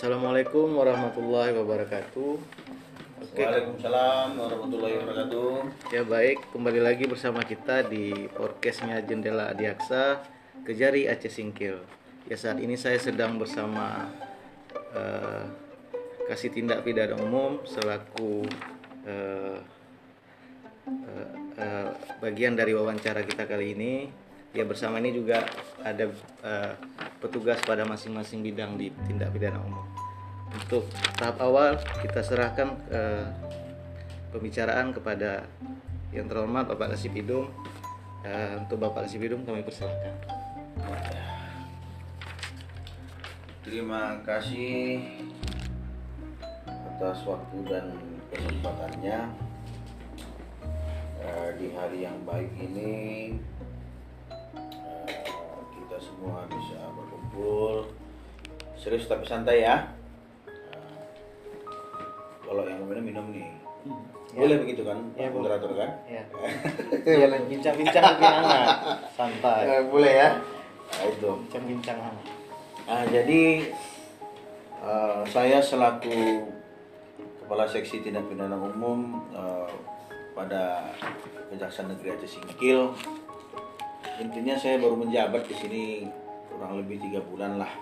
Assalamualaikum warahmatullahi wabarakatuh. Oke. Waalaikumsalam warahmatullahi wabarakatuh. Ya baik, kembali lagi bersama kita di podcastnya Jendela Adiaksa Kejari Aceh Singkil. Ya saat ini saya sedang bersama Kasih Tindak Pidana Umum selaku bagian dari wawancara kita kali ini. Ya bersama ini juga ada petugas pada masing-masing bidang di tindak pidana umum. Untuk tahap awal kita serahkan pembicaraan kepada yang terhormat Bapak Kasipidum. Untuk Bapak Kasipidum kami persilakan. Terima kasih atas waktu dan kesempatannya di hari yang baik ini. Kita semua bisa berkumpul serius tapi santai ya. Kalau yang minum nih boleh begitu kan, ya, moderator kan? Ya. Jangan bincang-bincang lebih hangat, santai. Boleh ya. Nah, itu. Bincang-bincang hangat. Jadi saya selaku Kepala Seksi Tindak Pidana Umum pada Kejaksaan Negeri Aceh Singkil. Intinya saya baru menjabat di sini kurang lebih 3 bulan lah.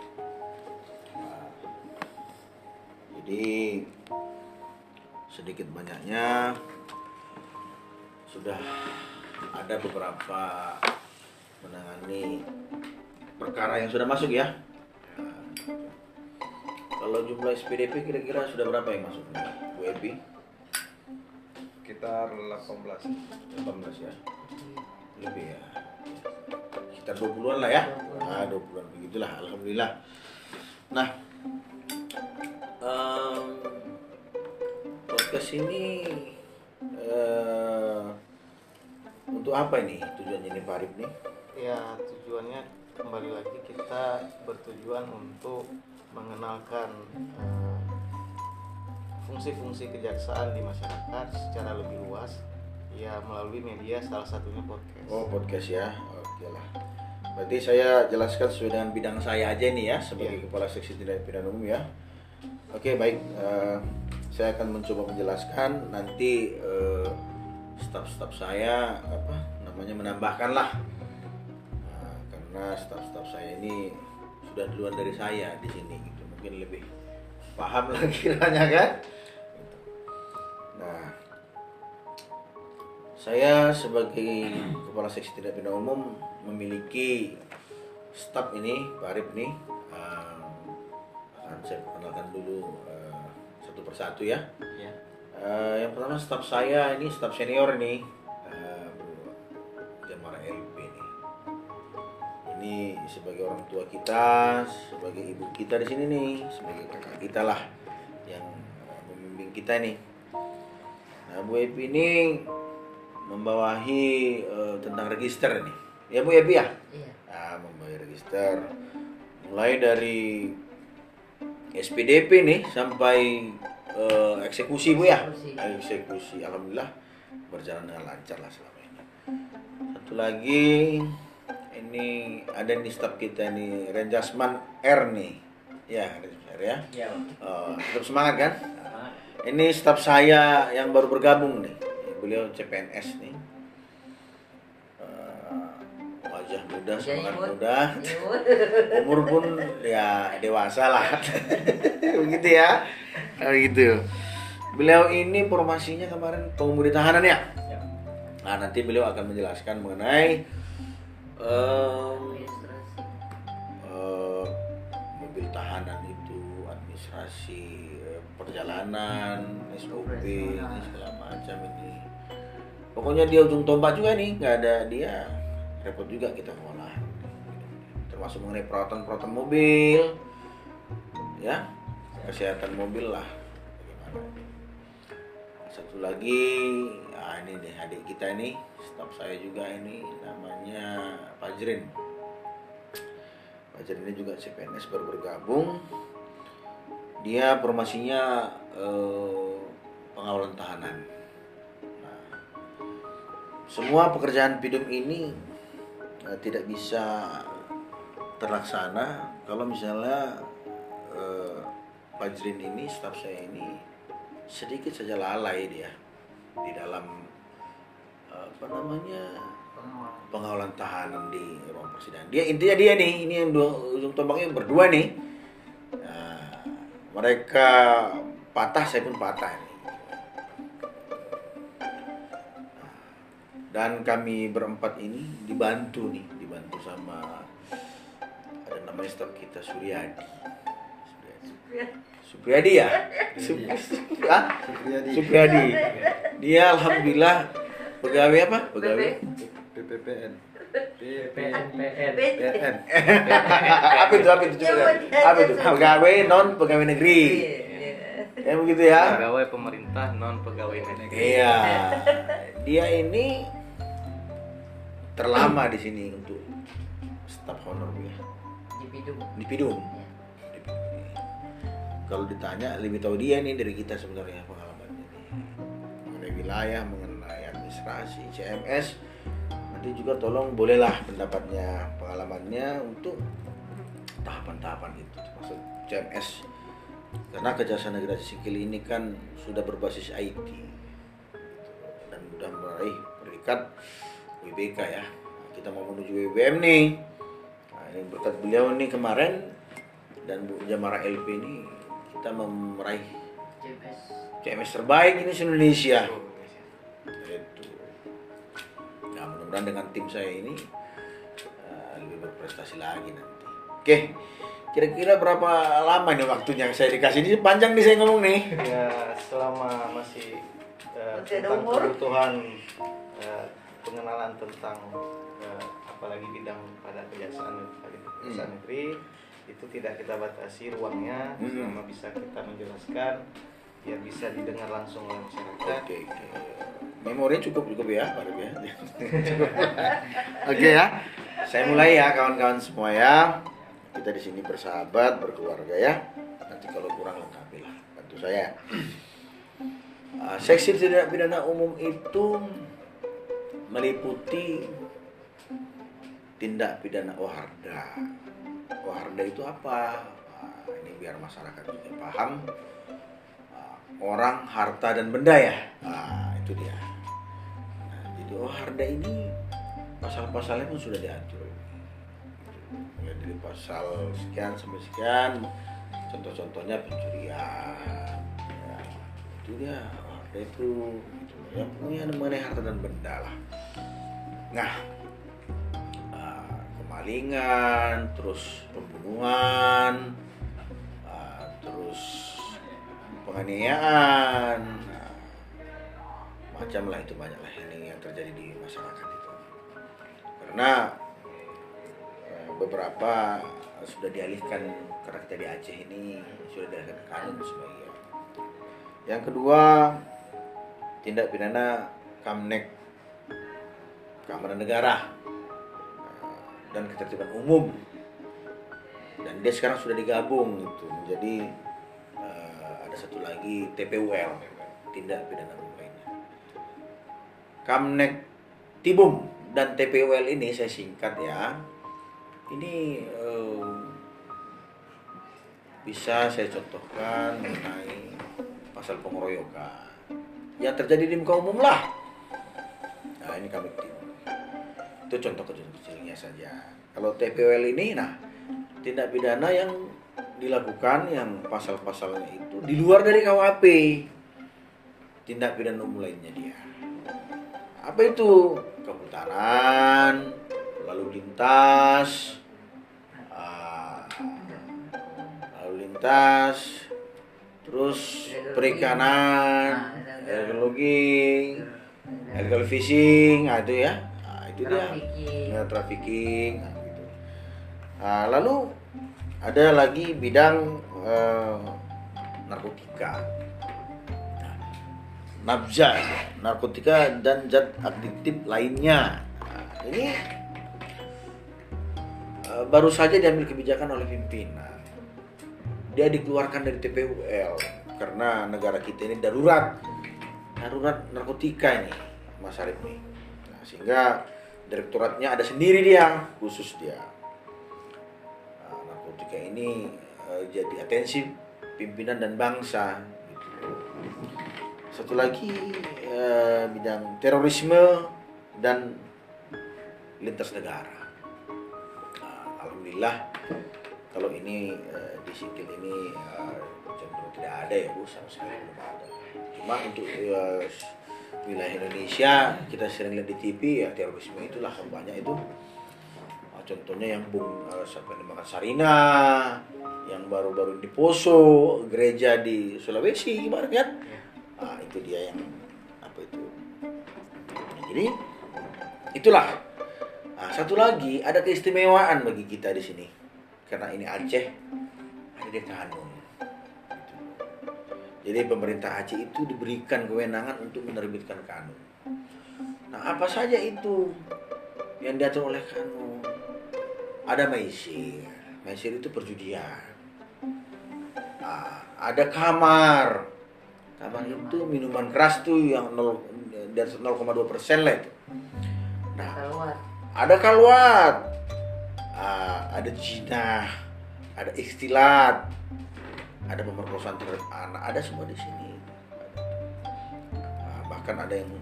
Jadi sedikit banyaknya sudah ada beberapa menangani perkara yang sudah masuk ya. Kalau jumlah SPDP kira-kira sudah berapa yang masuk, Bu Epi? Sekitar 18 ya, lebih ya, sekitar 20-an lah ya. 20-an begitulah, alhamdulillah. Nah, podcast ini untuk apa ini tujuannya ini Pak Arif nih? Ya tujuannya kembali lagi kita bertujuan untuk mengenalkan fungsi-fungsi kejaksaan di masyarakat secara lebih luas ya melalui media, salah satunya podcast. Oh, podcast ya. Oke lah. Berarti saya jelaskan sesuai dengan bidang saya aja nih ya sebagai Kepala Seksi Tindak Pidana Umum ya. Oke, baik. Saya akan mencoba menjelaskan, nanti staf-staf saya menambahkan lah. Karena staf-staf saya ini sudah duluan dari saya di sini gitu. Mungkin lebih paham lah kiranya kan. Nah, saya sebagai Kepala Seksi Tindak Pidana Umum memiliki staf ini, Pak Arif nih. Akan saya perkenalkan dulu satu persatu ya. Yang pertama staf saya ini staf senior nih, Jamara LP nih. Ini sebagai orang tua kita, sebagai ibu kita di sini nih, sebagai kakak kita lah yang membimbing kita nih. Nah, Bu Epi ini membawahi tentang register nih. Ya Bu Epi ya? Iya. Nah, membawahi register mulai dari SPDP nih sampai eksekusi Bu ya. Eksekusi, alhamdulillah berjalan dengan lancar lah selama ini. Satu lagi ini ada di staf kita nih Renjasman R nih. Ya, Renjasman R ya. Iya. Tetap semangat kan? Ini staf saya yang baru bergabung nih. Beliau CPNS nih. Wajah muda, semangat muda. Umur pun ya dewasa lah. Begitu ya. Gitu. Beliau ini formasinya kemarin pengemudi tahanan ya. Nah, nanti beliau akan menjelaskan mengenai mobil tahanan itu, administrasi perjalanan, SOP, segala macam ini. Pokoknya dia ujung tombak juga nih, nggak ada dia repot juga kita ngolah. Termasuk mengenai perawatan mobil, ya, kesehatan mobil lah. Bagaimana? Satu lagi, ini nih adik kita ini, staf saya juga ini namanya Fajrin. Fajrin ini juga CPNS baru bergabung. Dia formasinya pengawalan tahanan. Nah, semua pekerjaan pidum ini tidak bisa terlaksana kalau misalnya Fajrin ini, staf saya ini sedikit saja lalai dia di dalam pengawalan tahanan di ruang persidangan. Dia intinya dia nih, ini yang ujung tombaknya berdua nih. Mereka patah, saya pun patah nih. Dan kami berempat ini dibantu sama ada namanya staf kita Supriyadi. Supriyadi ya? Supriyadi. Dia alhamdulillah pegawai apa? Pegawai PPPN. PPN. apa itu? Apa itu? Pegawai negeri. Ya begitu ya. Pegawai pemerintah non pegawai negeri. Iya. Dia ini terlama di sini untuk staf honor ya. Di Pidum. Kalau ditanya lebih tahu dia nih dari kita sebenarnya pengalamannya nih. Mengenai wilayah, mengenai administrasi, CMS. Nanti juga tolong bolehlah pendapatnya, pengalamannya untuk tahapan-tahapan itu termasuk CMS. Karena Kejaksaan Negeri Aceh Singkil ini kan sudah berbasis IT dan sudah meraih peringkat WBK ya. Kita mau menuju WBM nih. Nah, ini berkat beliau nih kemarin dan Bu Jamara LP ini kita meraih CMS terbaik ini se-Indonesia. Itu. Nah, mudah-mudahan dengan tim saya ini lebih berprestasi lagi nanti. Oke. Kira-kira berapa lama nih waktunya saya dikasih? Ini panjang nih saya ngomong nih. Ya, selama masih Masih ada tentang umur. kebutuhan pengenalan tentang apalagi bidang pada kejaksaan negeri itu tidak kita batasi ruangnya, selama bisa kita menjelaskan biar bisa didengar langsung oleh masyarakat. Oke. Memorinya cukup ya, Pak Arif ya. Oke ya. Saya mulai ya kawan-kawan semua ya. Kita di sini bersahabat, berkeluarga ya. Nanti kalau kurang lengkapilah, bantu saya. Seksi tindak pidana umum itu meliputi tindak pidana OHARDA. OHARDA itu apa? Ini biar masyarakat juga paham. Orang, harta, dan benda ya. Itu dia. Nah, jadi OHARDA ini pasal-pasalnya pun sudah diatur. Mulai dari pasal sekian sampai sekian. Contoh-contohnya pencurian. Ya, itu dia. OHARDA itu yang punya mengenai harta dan benda lah. Nah, kemalingan, terus pembunuhan, terus penganiayaan, macam lah itu banyak lah ini yang terjadi di masyarakat itu. Karena beberapa sudah dialihkan karena kita di Aceh ini sudah dialihkan ke kanun sebagian. Yang kedua, tindak pidana Kamnek, keamanan negara dan ketertiban umum, dan dia sekarang sudah digabung itu menjadi ada satu lagi TPUL, tindak pidana umum lainnya. Kamnek Tibum dan TPUL ini saya singkat ya, ini bisa saya contohkan mengenai pasal pengeroyokan yang terjadi di muka umum lah. Nah, ini Kamnek Tibum. Itu contoh kecil-kecilnya saja. Kalau TPUL ini, nah tindak pidana yang dilakukan yang pasal-pasalnya itu di luar dari KUHP, tindak pidana umum lainnya dia. Apa itu? Keputaran, lalu lintas, terus perikanan, illegal fishing, itu ya. Itu dia trafficking gitu. Lalu ada lagi bidang narkotika, nafza, narkotika dan zat adiktif lainnya. Ini baru saja diambil kebijakan oleh pimpinan. Dia dikeluarkan dari TPUL karena negara kita ini darurat narkotika ini, Mas Arif nih. Nah, sehingga direktoratnya ada sendiri dia, khusus dia. Narkotika ini jadi atensi pimpinan dan bangsa. Gitu. Satu lagi bidang terorisme dan lintas negara. Alhamdulillah kalau ini di sipil ini cenderung tidak ada ya Bu, sama sekali belum ada. Cuma untuk wilayah Indonesia kita sering lihat di TV ya terorisme itulah banyak itu. Contohnya yang sampai dimakan Sarina, yang baru-baru di Poso, gereja di Sulawesi ibaratnya. Itu dia yang apa itu. Jadi itulah. Satu lagi ada keistimewaan bagi kita di sini. Karena ini Aceh, ada dia kanun. Jadi pemerintah Aceh itu diberikan kewenangan untuk menerbitkan kanun. Nah, apa saja itu yang diatur oleh kanun? Ada maisir. Maisir itu perjudian. Ada kamar. Kamar itu minuman keras tuh yang 0,2% lah itu. Nah, ada kalwat, ada jinah, ada ikhtilat, ada pemerkosaan terhadap anak, ada semua di sini. Bahkan ada yang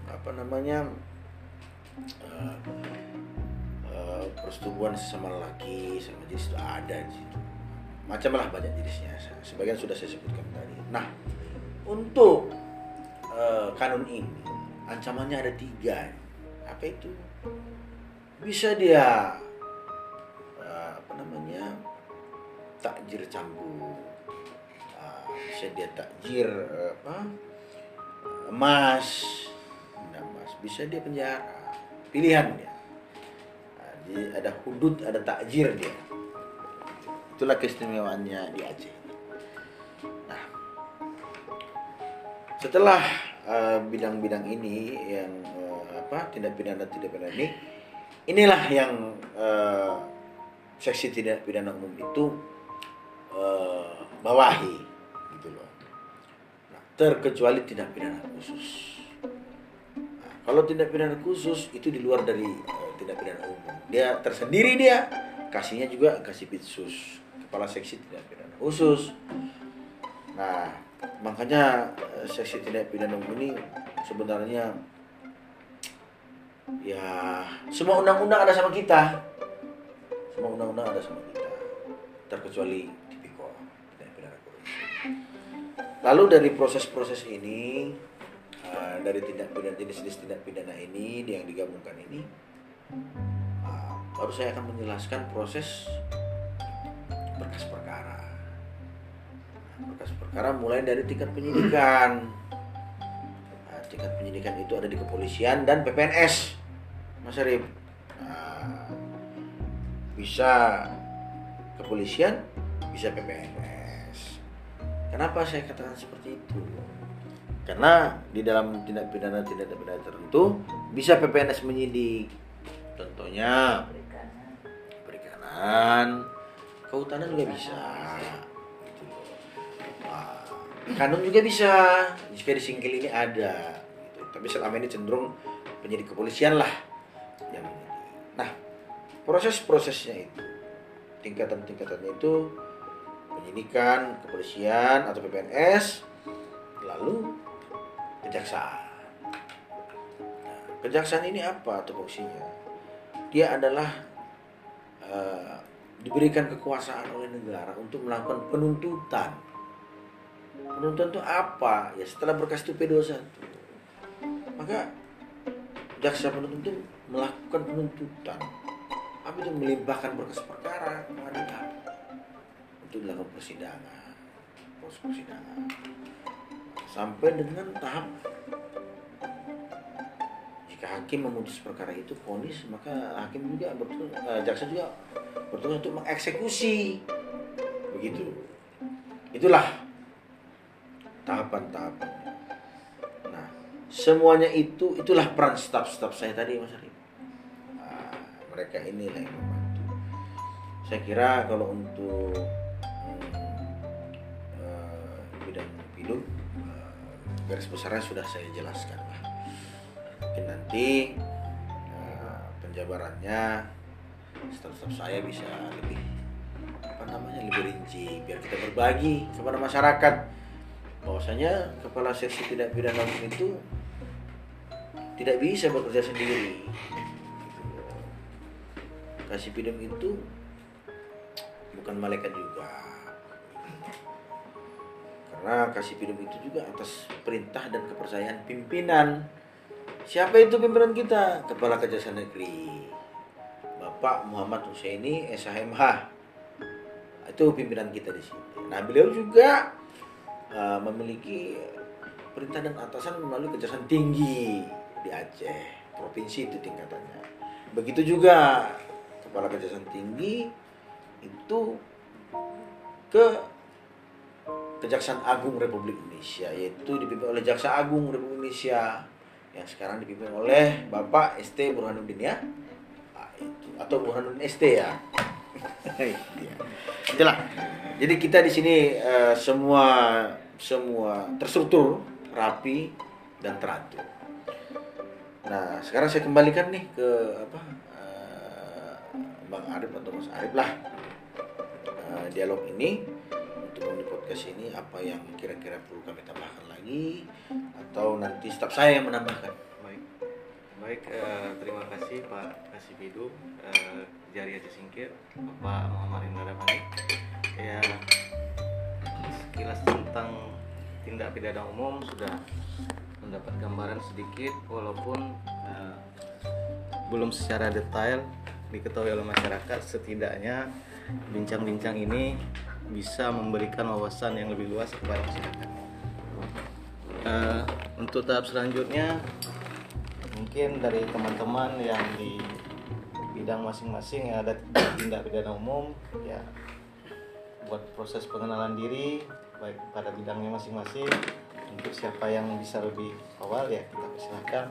persetubuhan sesama lelaki, sama jenis itu ada di situ. Macam lah banyak jenisnya. Sebagian sudah saya sebutkan tadi. Nah, untuk kanun ini ancamannya ada 3. Apa itu? Bisa dia takjir cambuk, bisa dia takjir emas, bisa dia penjara, pilihan dia. Jadi ada hudud, ada takjir dia. Itulah keistimewaannya di Aceh. Nah, setelah bidang-bidang ini yang tindak pidana ini, inilah yang seksi tindak pidana umum itu bawahi, gitu loh. Nah, terkecuali tindak pidana khusus. Nah, kalau tindak pidana khusus itu di luar dari tindak pidana umum. Dia tersendiri dia, kasihnya juga kasih Pitsus, kepala seksi tindak pidana khusus. Nah, makanya seksi tindak pidana umum ini sebenarnya ya semua undang-undang ada sama kita. Semua undang-undang ada sama kita. Terkecuali tipikor tindak pidana korupsi. Lalu dari proses-proses ini, dari tindak pidana jenis-jenis tindak pidana ini yang digabungkan ini, baru saya akan menjelaskan proses berkas perkara. Berkas perkara mulai dari tingkat penyidikan. Tingkat penyidikan itu ada di kepolisian dan PPNS, Mas Arif. Bisa kepolisian, bisa PPNS. Kenapa saya katakan seperti itu? Karena di dalam tindak pidana tertentu bisa PPNS menyidik. Contohnya perikanan, kehutanan juga bisa. Kanun juga bisa. Jika di Singkil ini ada. Gitu. Tapi selama ini cenderung penyidik kepolisian lah yang menyidik. Nah, proses-prosesnya itu, tingkatan-tingkatannya itu penyidikan, kepolisian atau PPNS, lalu kejaksaan. Nah, kejaksaan ini apa tupoksinya? Dia adalah diberikan kekuasaan oleh negara untuk melakukan penuntutan. Penuntutan itu apa? Ya setelah berkas itu P21, maka jaksa penuntut itu melakukan penuntutan. Apa itu? Melimpahkan berkas perkara ke pengadilan untuk dilakukan persidangan, proses persidangan sampai dengan tahap jika hakim memutus perkara itu vonis, maka hakim juga jaksa juga bertugas untuk mengeksekusi. Begitu. Itulah tahapan-tahapannya. Nah, semuanya itulah peran staf-staf saya tadi, Mas Arif. Mereka inilah yang membantu. Saya kira kalau untuk bidang hidup garis besarnya sudah saya jelaskan lah. Mungkin nanti penjabarannya staf-staf saya bisa lebih lebih rinci biar kita berbagi kepada masyarakat bahwasanya kepala seksi tindak pidana umum itu tidak bisa bekerja sendiri. Kasipidum itu bukan malaikat juga, karena Kasipidum itu juga atas perintah dan kepercayaan pimpinan. Siapa itu pimpinan kita? Kepala Kejaksaan Negeri Bapak Muhammad Husaini SHMH. Itu pimpinan kita di sini. Nah, beliau juga memiliki perintah dan atasan melalui Kejaksaan Tinggi di Aceh, provinsi itu tingkatannya. Begitu juga Kepala Kejaksaan Tinggi itu ke Kejaksaan Agung Republik Indonesia, yaitu dipimpin oleh Jaksa Agung Republik Indonesia yang sekarang dipimpin oleh Bapak ST Burhanuddin ya. Atau Burhanuddin ST ya. Itulah. Jadi kita di sini semua terstruktur, rapi dan teratur. Nah, sekarang saya kembalikan nih ke Bang Arif atau Mas Arif lah. Dialog ini untuk di podcast ini apa yang kira-kira perlu kami tambahkan lagi atau nanti staf saya yang menambahkan. Baik, terima kasih Pak Kasipidum, Jari Aceh Singkil, Bapak Muhammad Indra Damani. Ya, sekilas tentang tindak pidana umum sudah mendapat gambaran sedikit, walaupun belum secara detail diketahui oleh masyarakat. Setidaknya bincang-bincang ini bisa memberikan wawasan yang lebih luas kepada masyarakat. Untuk tahap selanjutnya, mungkin dari teman-teman yang di bidang masing-masing yang ada tindak pidana umum, ya buat proses pengenalan diri baik pada bidangnya masing-masing. Untuk siapa yang bisa lebih awal ya kita persilahkan.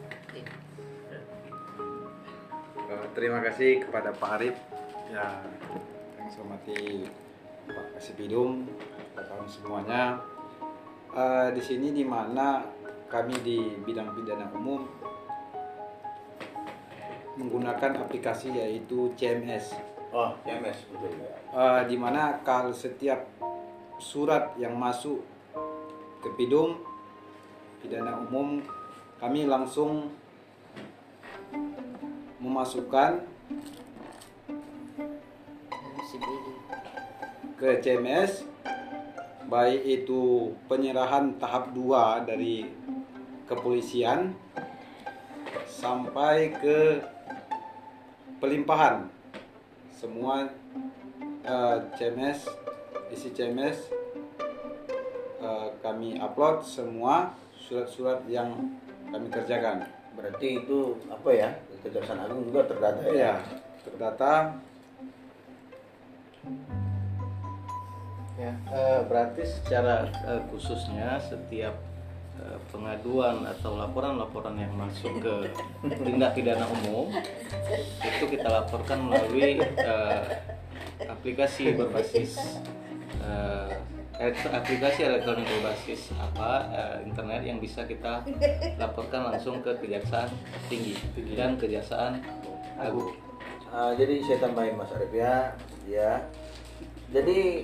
Terima kasih kepada Pak Arif ya, yang saya hormati Pak Kasipidum, kawan semuanya. Di sini di mana kami di bidang pidana umum menggunakan aplikasi yaitu CMS. Oh, CMS betul. Di mana kalau setiap surat yang masuk ke Pidum pidana umum, kami langsung memasukkan ke CMS, baik itu penyerahan tahap 2 dari kepolisian sampai ke pelimpahan. Semua CMS, isi CMS kami upload semua surat-surat yang kami kerjakan. Berarti itu apa ya? Kejaksaan Agung juga terdata ya? Ya, terdata. Ya, berarti secara khususnya setiap pengaduan atau laporan-laporan yang masuk ke tindak pidana umum itu kita laporkan melalui aplikasi berbasis aplikasi elektronik berbasis internet yang bisa kita laporkan langsung ke Kejaksaan Tinggi dan Kejaksaan Agung. Jadi saya tambahin Mas Arif ya. Jadi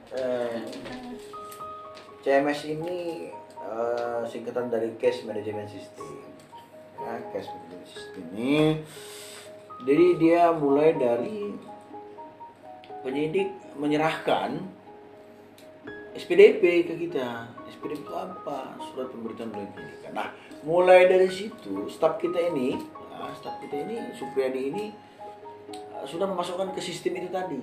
CMS ini singkatan dari Case Management System. Ya, Case Management System ini, jadi dia mulai dari penyidik menyerahkan SPDP ke kita. SPDP itu apa? Surat pemberitahuan penyidikan. Nah, mulai dari situ staf kita ini Supriyadi ini sudah memasukkan ke sistem itu tadi.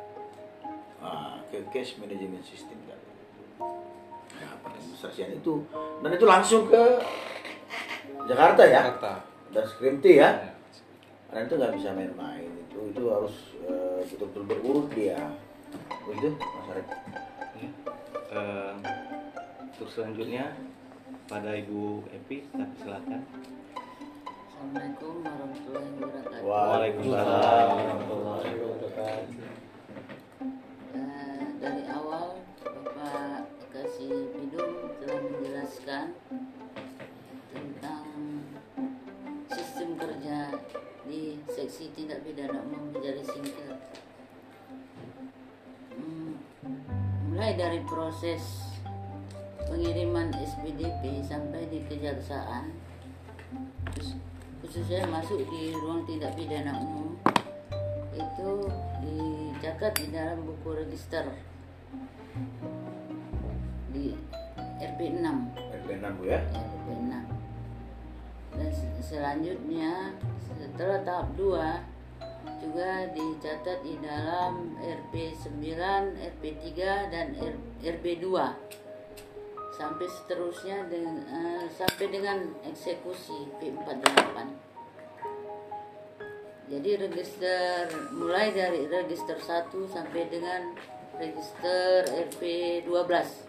Ke Case Management System tadi. Nah, pengadministrasian itu, dan itu langsung ke Jakarta ya, dan Skrimti ya. Dan itu nggak bisa main-main, itu harus betul-betul berurut dia. Begitu Mas Arif. Untuk selanjutnya pada Ibu Epi, tapi silakan. Assalamualaikum warahmatullahi wabarakatuh. Waalaikumsalam warahmatullahi wabarakatuh. Dari awal Bapak Kasipidum telah menjelaskan tentang sistem kerja di Seksi Tindak Pidana Umum Jari Singkil. mulai dari proses pengiriman SPDP sampai di kejaksaan, terus khususnya masuk di ruang tindak pidana umum, itu dicatat di dalam buku register di RP6. RP6 Bu ya. RP6. Dan selanjutnya setelah tahap 2 juga dicatat di dalam RP9, RP3 dan RP2 sampai seterusnya sampai dengan eksekusi P48. Jadi register mulai dari register 1 sampai dengan register RP12.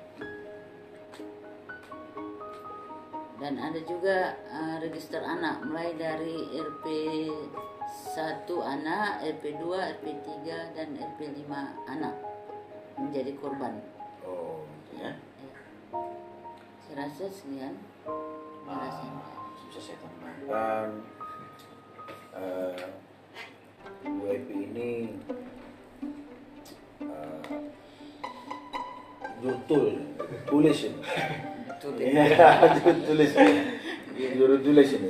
Dan ada juga register anak mulai dari RP1 anak, RP2, RP3 dan RP5 anak menjadi korban. Oh, ya. Saya rasa sekian. Bisa saya tambahkan, Bu Epi ini jurtul tulis ini. Iya, tulis juru tulis ini.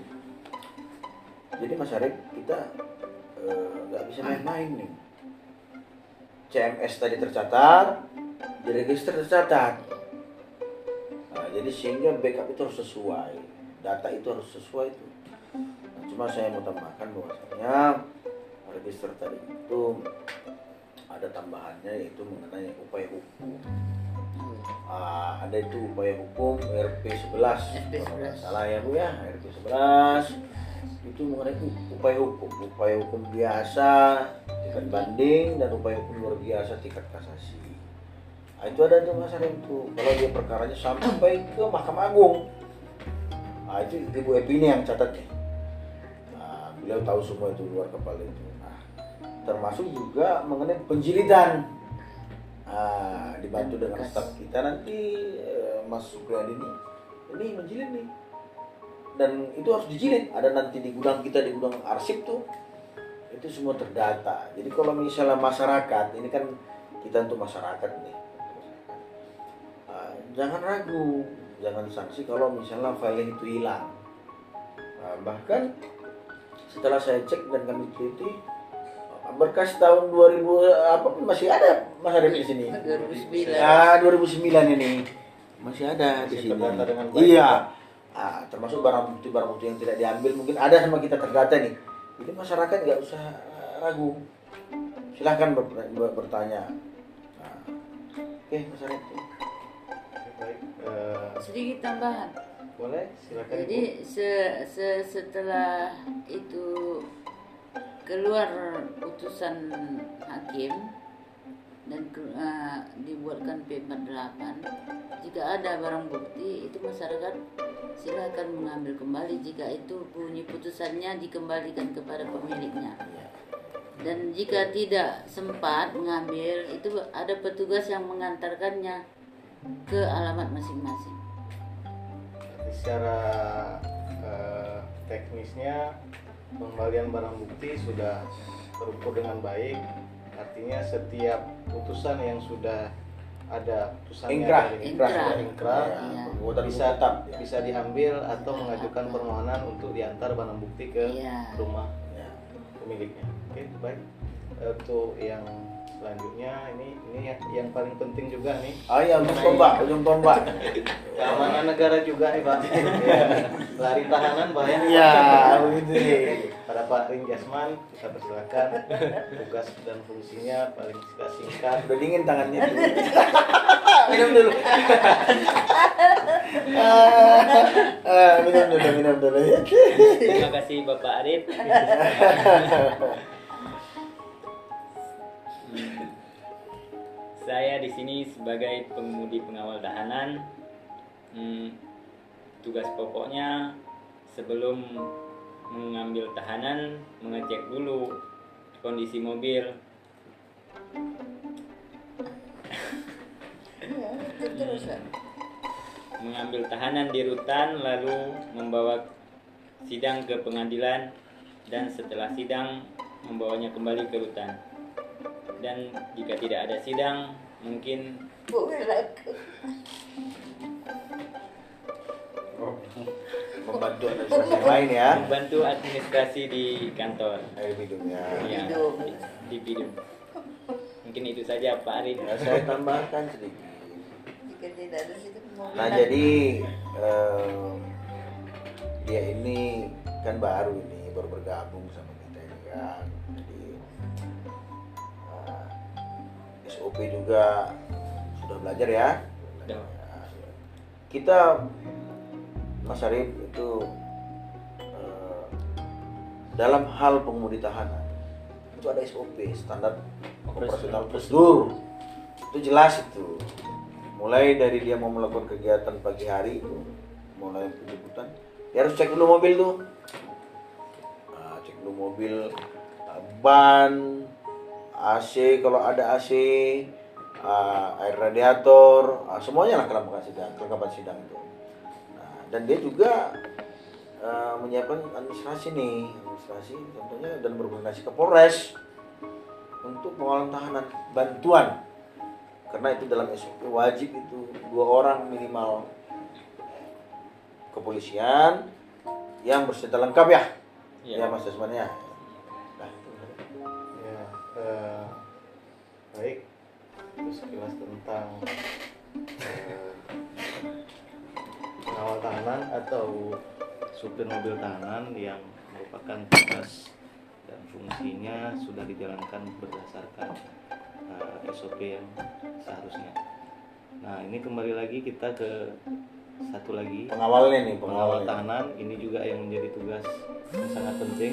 Jadi Mas Arif, kita nggak bisa main-main nih. CMS tadi tercatat, di register tercatat. Nah, jadi sehingga backup itu harus sesuai, data itu harus sesuai itu. Nah, cuma saya mau tambahkan bahwasanya register tadi itu ada tambahannya, yaitu mengenai upaya hukum. Ada itu upaya hukum RP11. Salah ya Bu ya, RP11 itu mengenai upaya hukum biasa tingkat banding dan upaya hukum luar biasa tingkat kasasi. Nah, itu ada tuh Mas Arif itu kalau dia perkaranya sampai ke Mahkamah Agung. Nah, itu Ibu Epi ini yang catatnya. Nah, beliau tahu semua itu luar kepala itu. Nah, termasuk juga mengenai penjilidan. Dibantu dengan staf kita nanti Mas Supriyadi ini menjilid nih, dan itu harus dijilid. Ada nanti di gudang kita, di gudang arsip tuh, itu semua terdata. Jadi kalau misalnya masyarakat, ini kan kita untuk masyarakat nih, jangan ragu, jangan sanksi kalau misalnya file itu hilang. Bahkan setelah saya cek dan kami teliti, berkas tahun 2000 apa masih ada Mas Arif di sini. 2009. 2009 ini masih ada di sini. Iya. Termasuk barang bukti yang tidak diambil mungkin ada sama kita terdata nih. Jadi masyarakat nggak usah ragu. Silahkan bertanya. Oke, Mas Arif. Baik, Sedikit tambahan. boleh silakan. Jadi setelah itu keluar putusan hakim dan dibuatkan P48, jika ada barang bukti itu masyarakat silakan mengambil kembali jika itu bunyi putusannya dikembalikan kepada pemiliknya. Dan jika tidak sempat mengambil, itu ada petugas yang mengantarkannya ke alamat masing-masing. Secara teknisnya pengembalian barang bukti sudah terukur dengan baik, artinya setiap putusan yang sudah ada putusannya ingkrah bisa diambil atau mengajukan permohonan untuk diantar barang bukti ke rumah pemiliknya. Oke, baik. Untuk yang selanjutnya ini yang paling penting juga nih. Ujung tombak. Keamanan negara juga nih Pak. Lari tahanan bahaya. Iya, begitu nih. Pada Pak Ring Jasman kita persilakan, tugas dan fungsinya paling singkat. Udah dingin tangannya. Minum dulu. Minum dulu. Terima kasih Bapak Arif. Saya di sini sebagai pengemudi pengawal tahanan. Tugas pokoknya sebelum mengambil tahanan mengecek dulu kondisi mobil. Mengambil tahanan di rutan, lalu membawa sidang ke pengadilan, dan setelah sidang membawanya kembali ke rutan. Dan jika tidak ada sidang, mungkin Membantu administrasi yang lain ya. membantu administrasi di kantor. Air minum ya. Ya, di Bidum. Mungkin itu saja Pak Arif. Ya, saya tambahkan sedikit. Jika tidak ada situ mau Nah jadi dia ini kan baru bergabung sama kita ini kan. Jadi SOP juga sudah belajar ya. Sudah. Kita Mas Arif itu dalam hal pengemudi tahanan itu ada SOP, standar operasional prosedur, itu jelas itu. Mulai dari dia mau melakukan kegiatan pagi hari itu, mulai penjemputan, dia harus cek dulu mobil tuh. Nah, cek dulu mobil, ban, AC kalau ada AC, air radiator, semuanya lah kelengkapan sidang itu. Nah, dan dia juga menyiapkan administrasi contohnya, dan berkoordinasi ke Polres untuk pengawalan tahanan bantuan, karena itu dalam SOP wajib itu 2 orang minimal kepolisian yang bersenjata lengkap ya. Iya. Ya Mas Desman ya. Nah, Ya, baik. Terus sekilas tentang pengawal tahanan atau supir mobil tahanan yang merupakan tugas dan fungsinya sudah dijalankan berdasarkan SOP yang seharusnya. Nah, ini kembali lagi kita ke satu lagi, pengawalnya nih, pengawal pengawalnya. tahanan. Ini juga yang menjadi tugas yang sangat penting.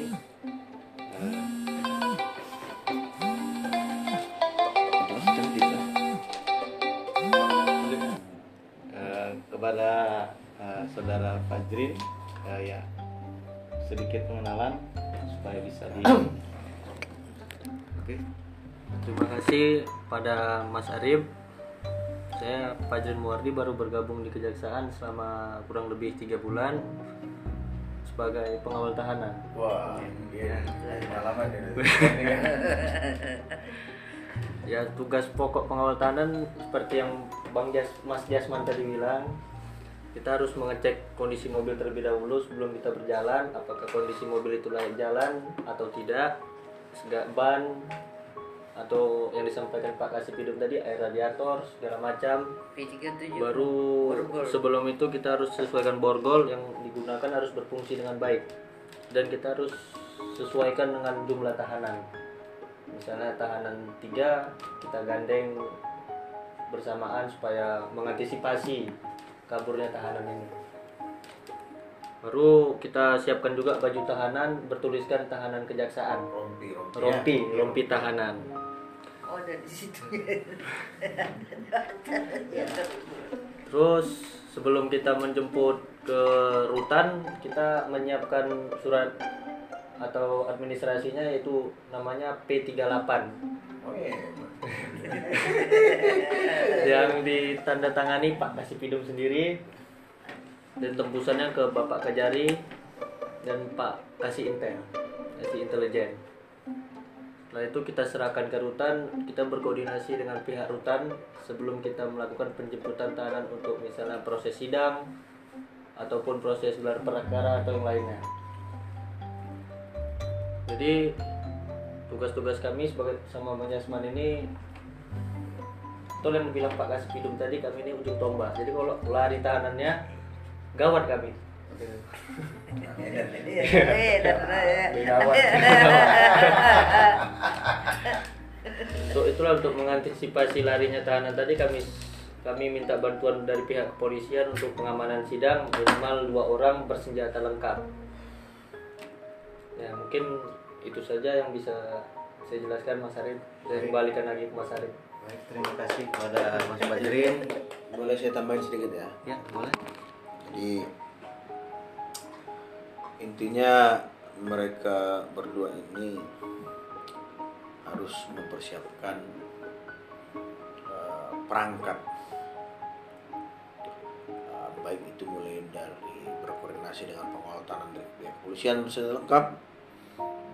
Kepada saudara Fajrin, ya sedikit pengenalan supaya bisa di. Oke. Terima kasih pada Mas Arif. Saya Fajrin Muwardi, baru bergabung di Kejaksaan selama kurang lebih 3 bulan sebagai pengawal tahanan. Wah, dia pengalaman ya. Ya, tugas pokok pengawal tahanan seperti yang Mas Jasman tadi bilang, kita harus mengecek kondisi mobil terlebih dahulu sebelum kita berjalan, apakah kondisi mobil itu layak jalan atau tidak, ban atau yang disampaikan Pak Kasipidum tadi, air radiator segala macam. P37 Baru borgol. sebelum itu kita harus sesuaikan borgol yang digunakan harus berfungsi dengan baik, dan kita harus sesuaikan dengan jumlah tahanan. Misalnya tahanan 3, kita gandeng bersamaan supaya mengantisipasi kaburnya tahanan ini. Baru kita siapkan juga baju tahanan bertuliskan tahanan kejaksaan, rompi tahanan. Oh, dari situ. Terus sebelum kita menjemput ke rutan, kita menyiapkan surat atau administrasinya, yaitu namanya P38 Oh iya. yang ditandatangani Pak Kasipidum sendiri dan tembusannya ke Bapak Kajari dan Pak Kasih Intelijen. Setelah itu kita serahkan ke rutan, kita berkoordinasi dengan pihak rutan sebelum kita melakukan penjemputan tahanan untuk misalnya proses sidang ataupun proses gelar perkara atau yang lainnya. Jadi tugas-tugas kami sebagai sama Bang Jasman ini, betul yang bilang Pak Kasipidum tadi, kami ini ujung tombak. Jadi kalau lari tahanannya gawat kami. Itulah untuk mengantisipasi larinya tahanan tadi, kami minta bantuan dari pihak kepolisian untuk pengamanan sidang minimal 2 orang bersenjata lengkap. Ya, mungkin itu saja yang bisa saya jelaskan, Mas Arif. Saya kembalikan lagi ke Mas Arif. Baik, terima kasih kepada Mas Fajrin. Boleh saya tambahin sedikit ya? Ya, boleh. Jadi intinya mereka berdua ini harus mempersiapkan perangkat, baik itu mulai dari berkoordinasi dengan pengawal tahanan dari pihak kepolisian bersenjata lengkap,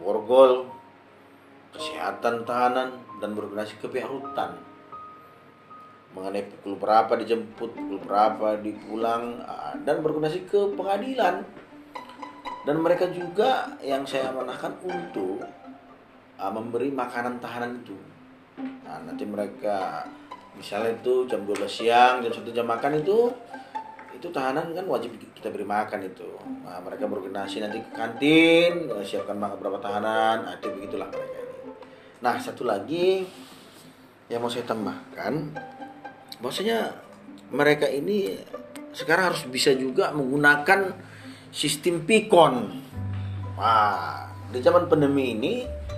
borgol, kesehatan tahanan, dan berkoordinasi ke pihak rutan. mengenai pukul berapa dijemput, pukul berapa dipulang, dan berkoordinasi ke pengadilan. Dan mereka juga yang saya amanahkan untuk memberi makanan tahanan itu. Nah, nanti mereka misalnya itu jam 12 siang, jam 1 jam makan itu tahanan kan wajib kita beri makan itu. Nah, mereka berkoordinasi nanti ke kantin, siapkan makan berapa tahanan, itu begitulah mereka ini. Nah, satu lagi yang mau saya tambahkan, bahwasanya mereka ini sekarang harus bisa juga menggunakan sistem pikon. Nah, di zaman pandemi ini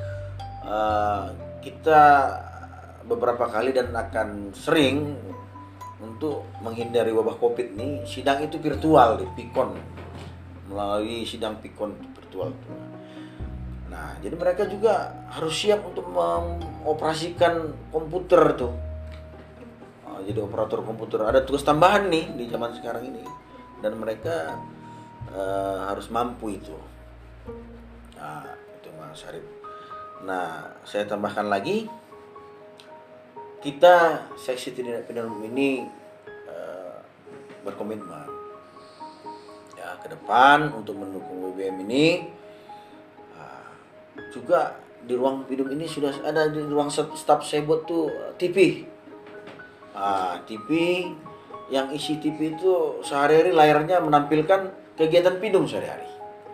kita beberapa kali dan akan sering untuk menghindari wabah COVID ini, sidang itu virtual di pikon, melalui sidang pikon virtual. Nah, jadi mereka juga harus siap untuk mengoperasikan komputer tuh. Jadi operator komputer ada tugas tambahan nih di zaman sekarang ini, dan mereka harus mampu itu. Nah, itu Mas Arif. Nah, saya tambahkan lagi, kita seksi tindak pidana umum ini berkomitmen ya ke depan untuk mendukung WBM ini. Juga di ruang Pidum ini sudah ada, di ruang staf saya buat tuh TV. TV yang isi TV itu sehari-hari layarnya menampilkan kegiatan Pidum sehari-hari.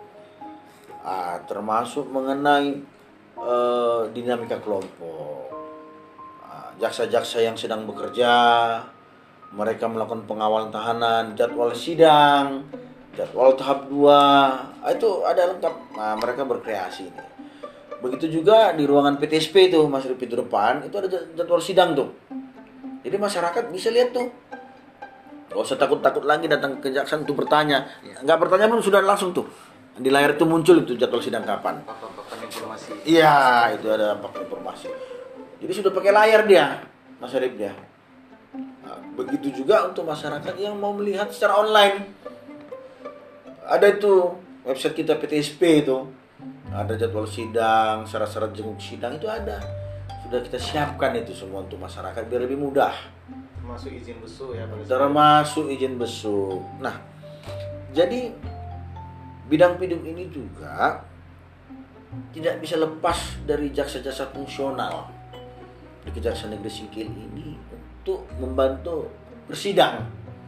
Termasuk mengenai dinamika kelompok, jaksa-jaksa yang sedang bekerja, mereka melakukan pengawalan tahanan, jadwal sidang, jadwal tahap 2, itu ada lengkap. Nah, mereka berkreasi ini. Begitu juga di ruangan PTSP itu, Mas Rip, itu depan, itu ada jadwal sidang tuh. Jadi masyarakat bisa lihat tuh. Gak usah takut-takut lagi datang ke kejaksaan untuk bertanya. Nggak bertanya pun sudah langsung tuh. Di layar itu muncul itu jadwal sidang kapan. Papan informasi. Iya, itu ada papan informasi. Jadi sudah pakai layar dia, Mas Arif dia. Nah, begitu juga untuk masyarakat yang mau melihat secara online. Ada itu website kita PTSP itu. Ada jadwal sidang, syarat-syarat jenguk sidang itu ada. Sudah kita siapkan itu semua untuk masyarakat biar lebih mudah. Termasuk izin besuk ya, Pak. Termasuk izin besuk. Nah, jadi bidang Pidum ini juga tidak bisa lepas dari jaksa-jaksa fungsional di Kejaksaan Negeri Singkil ini untuk membantu bersidang.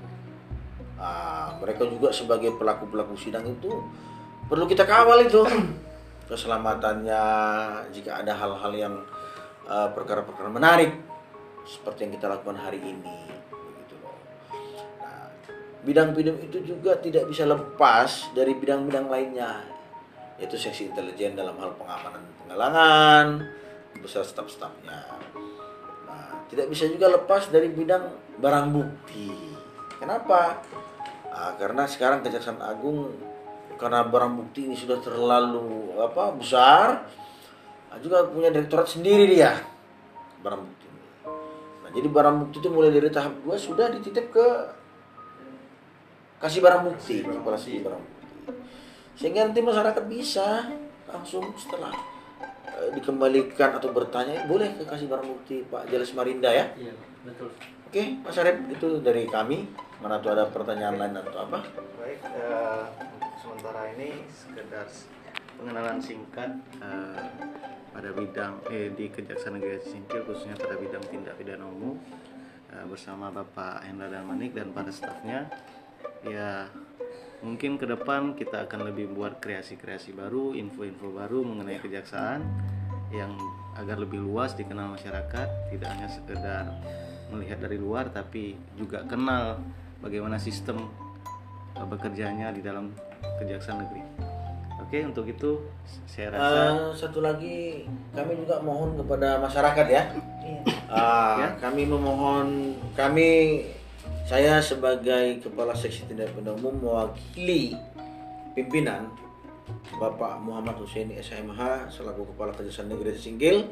Mereka juga sebagai pelaku-pelaku sidang itu perlu kita kawal itu keselamatannya, jika ada hal-hal yang perkara-perkara menarik seperti yang kita lakukan hari ini, begitu loh. Nah, bidang Pidum itu juga tidak bisa lepas dari bidang-bidang lainnya, yaitu seksi intelijen dalam hal pengamanan penggalangan besar staf-stafnya. Nah, tidak bisa juga lepas dari bidang barang bukti. Kenapa? Karena sekarang Kejaksaan Agung, karena barang bukti ini sudah terlalu besar, juga punya direktorat sendiri dia barang bukti. Nah, jadi barang bukti itu mulai dari tahap 2 sudah dititip ke kasih barang bukti, kepala kasih barang bukti. Sehingga nanti masyarakat bisa langsung setelah dikembalikan atau bertanya, boleh ke kasih barang bukti Pak Jales Marinda ya. Iya, betul. Oke, Mas Arif, itu dari kami. Mana tuh ada pertanyaan lain atau apa? Baik, untuk sementara ini sekedar pengenalan singkat pada bidang di Kejaksaan Negeri Singkil, khususnya pada bidang tindak pidana umum, bersama Bapak Hendra dan Manik dan para stafnya. Ya, mungkin ke depan kita akan lebih buat kreasi-kreasi baru, info-info baru mengenai kejaksaan yang agar lebih luas dikenal masyarakat, tidak hanya sekedar melihat dari luar tapi juga kenal bagaimana sistem bekerjanya di dalam Kejaksaan Negeri. Oke, untuk itu saya rasa satu lagi kami juga mohon kepada masyarakat ya. Kami memohon, saya sebagai Kepala Seksi Tindak Pidana Umum mewakili pimpinan Bapak Muhammad Husseini SMH selaku Kepala Kejaksaan Negeri Singkil,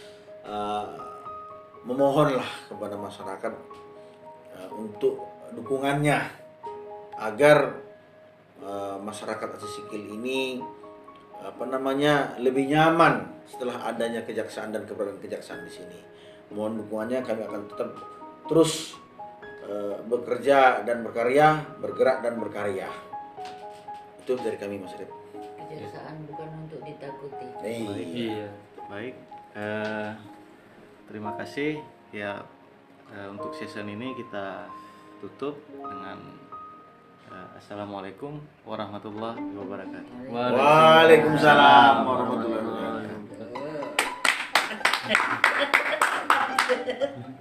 memohonlah kepada masyarakat untuk dukungannya agar masyarakat Aceh Singkil ini lebih nyaman setelah adanya kejaksaan dan keberadaan kejaksaan di sini. Mohon dukungannya, kami akan tetap terus bekerja dan berkarya, bergerak dan berkarya. Itu dari kami Mas Arif. Kejaksaan bukan untuk ditakuti. Iya. Baik, terima kasih ya. Untuk season ini kita tutup dengan Assalamualaikum warahmatullahi wabarakatuh. Waalaikumsalam warahmatullahi wabarakatuh.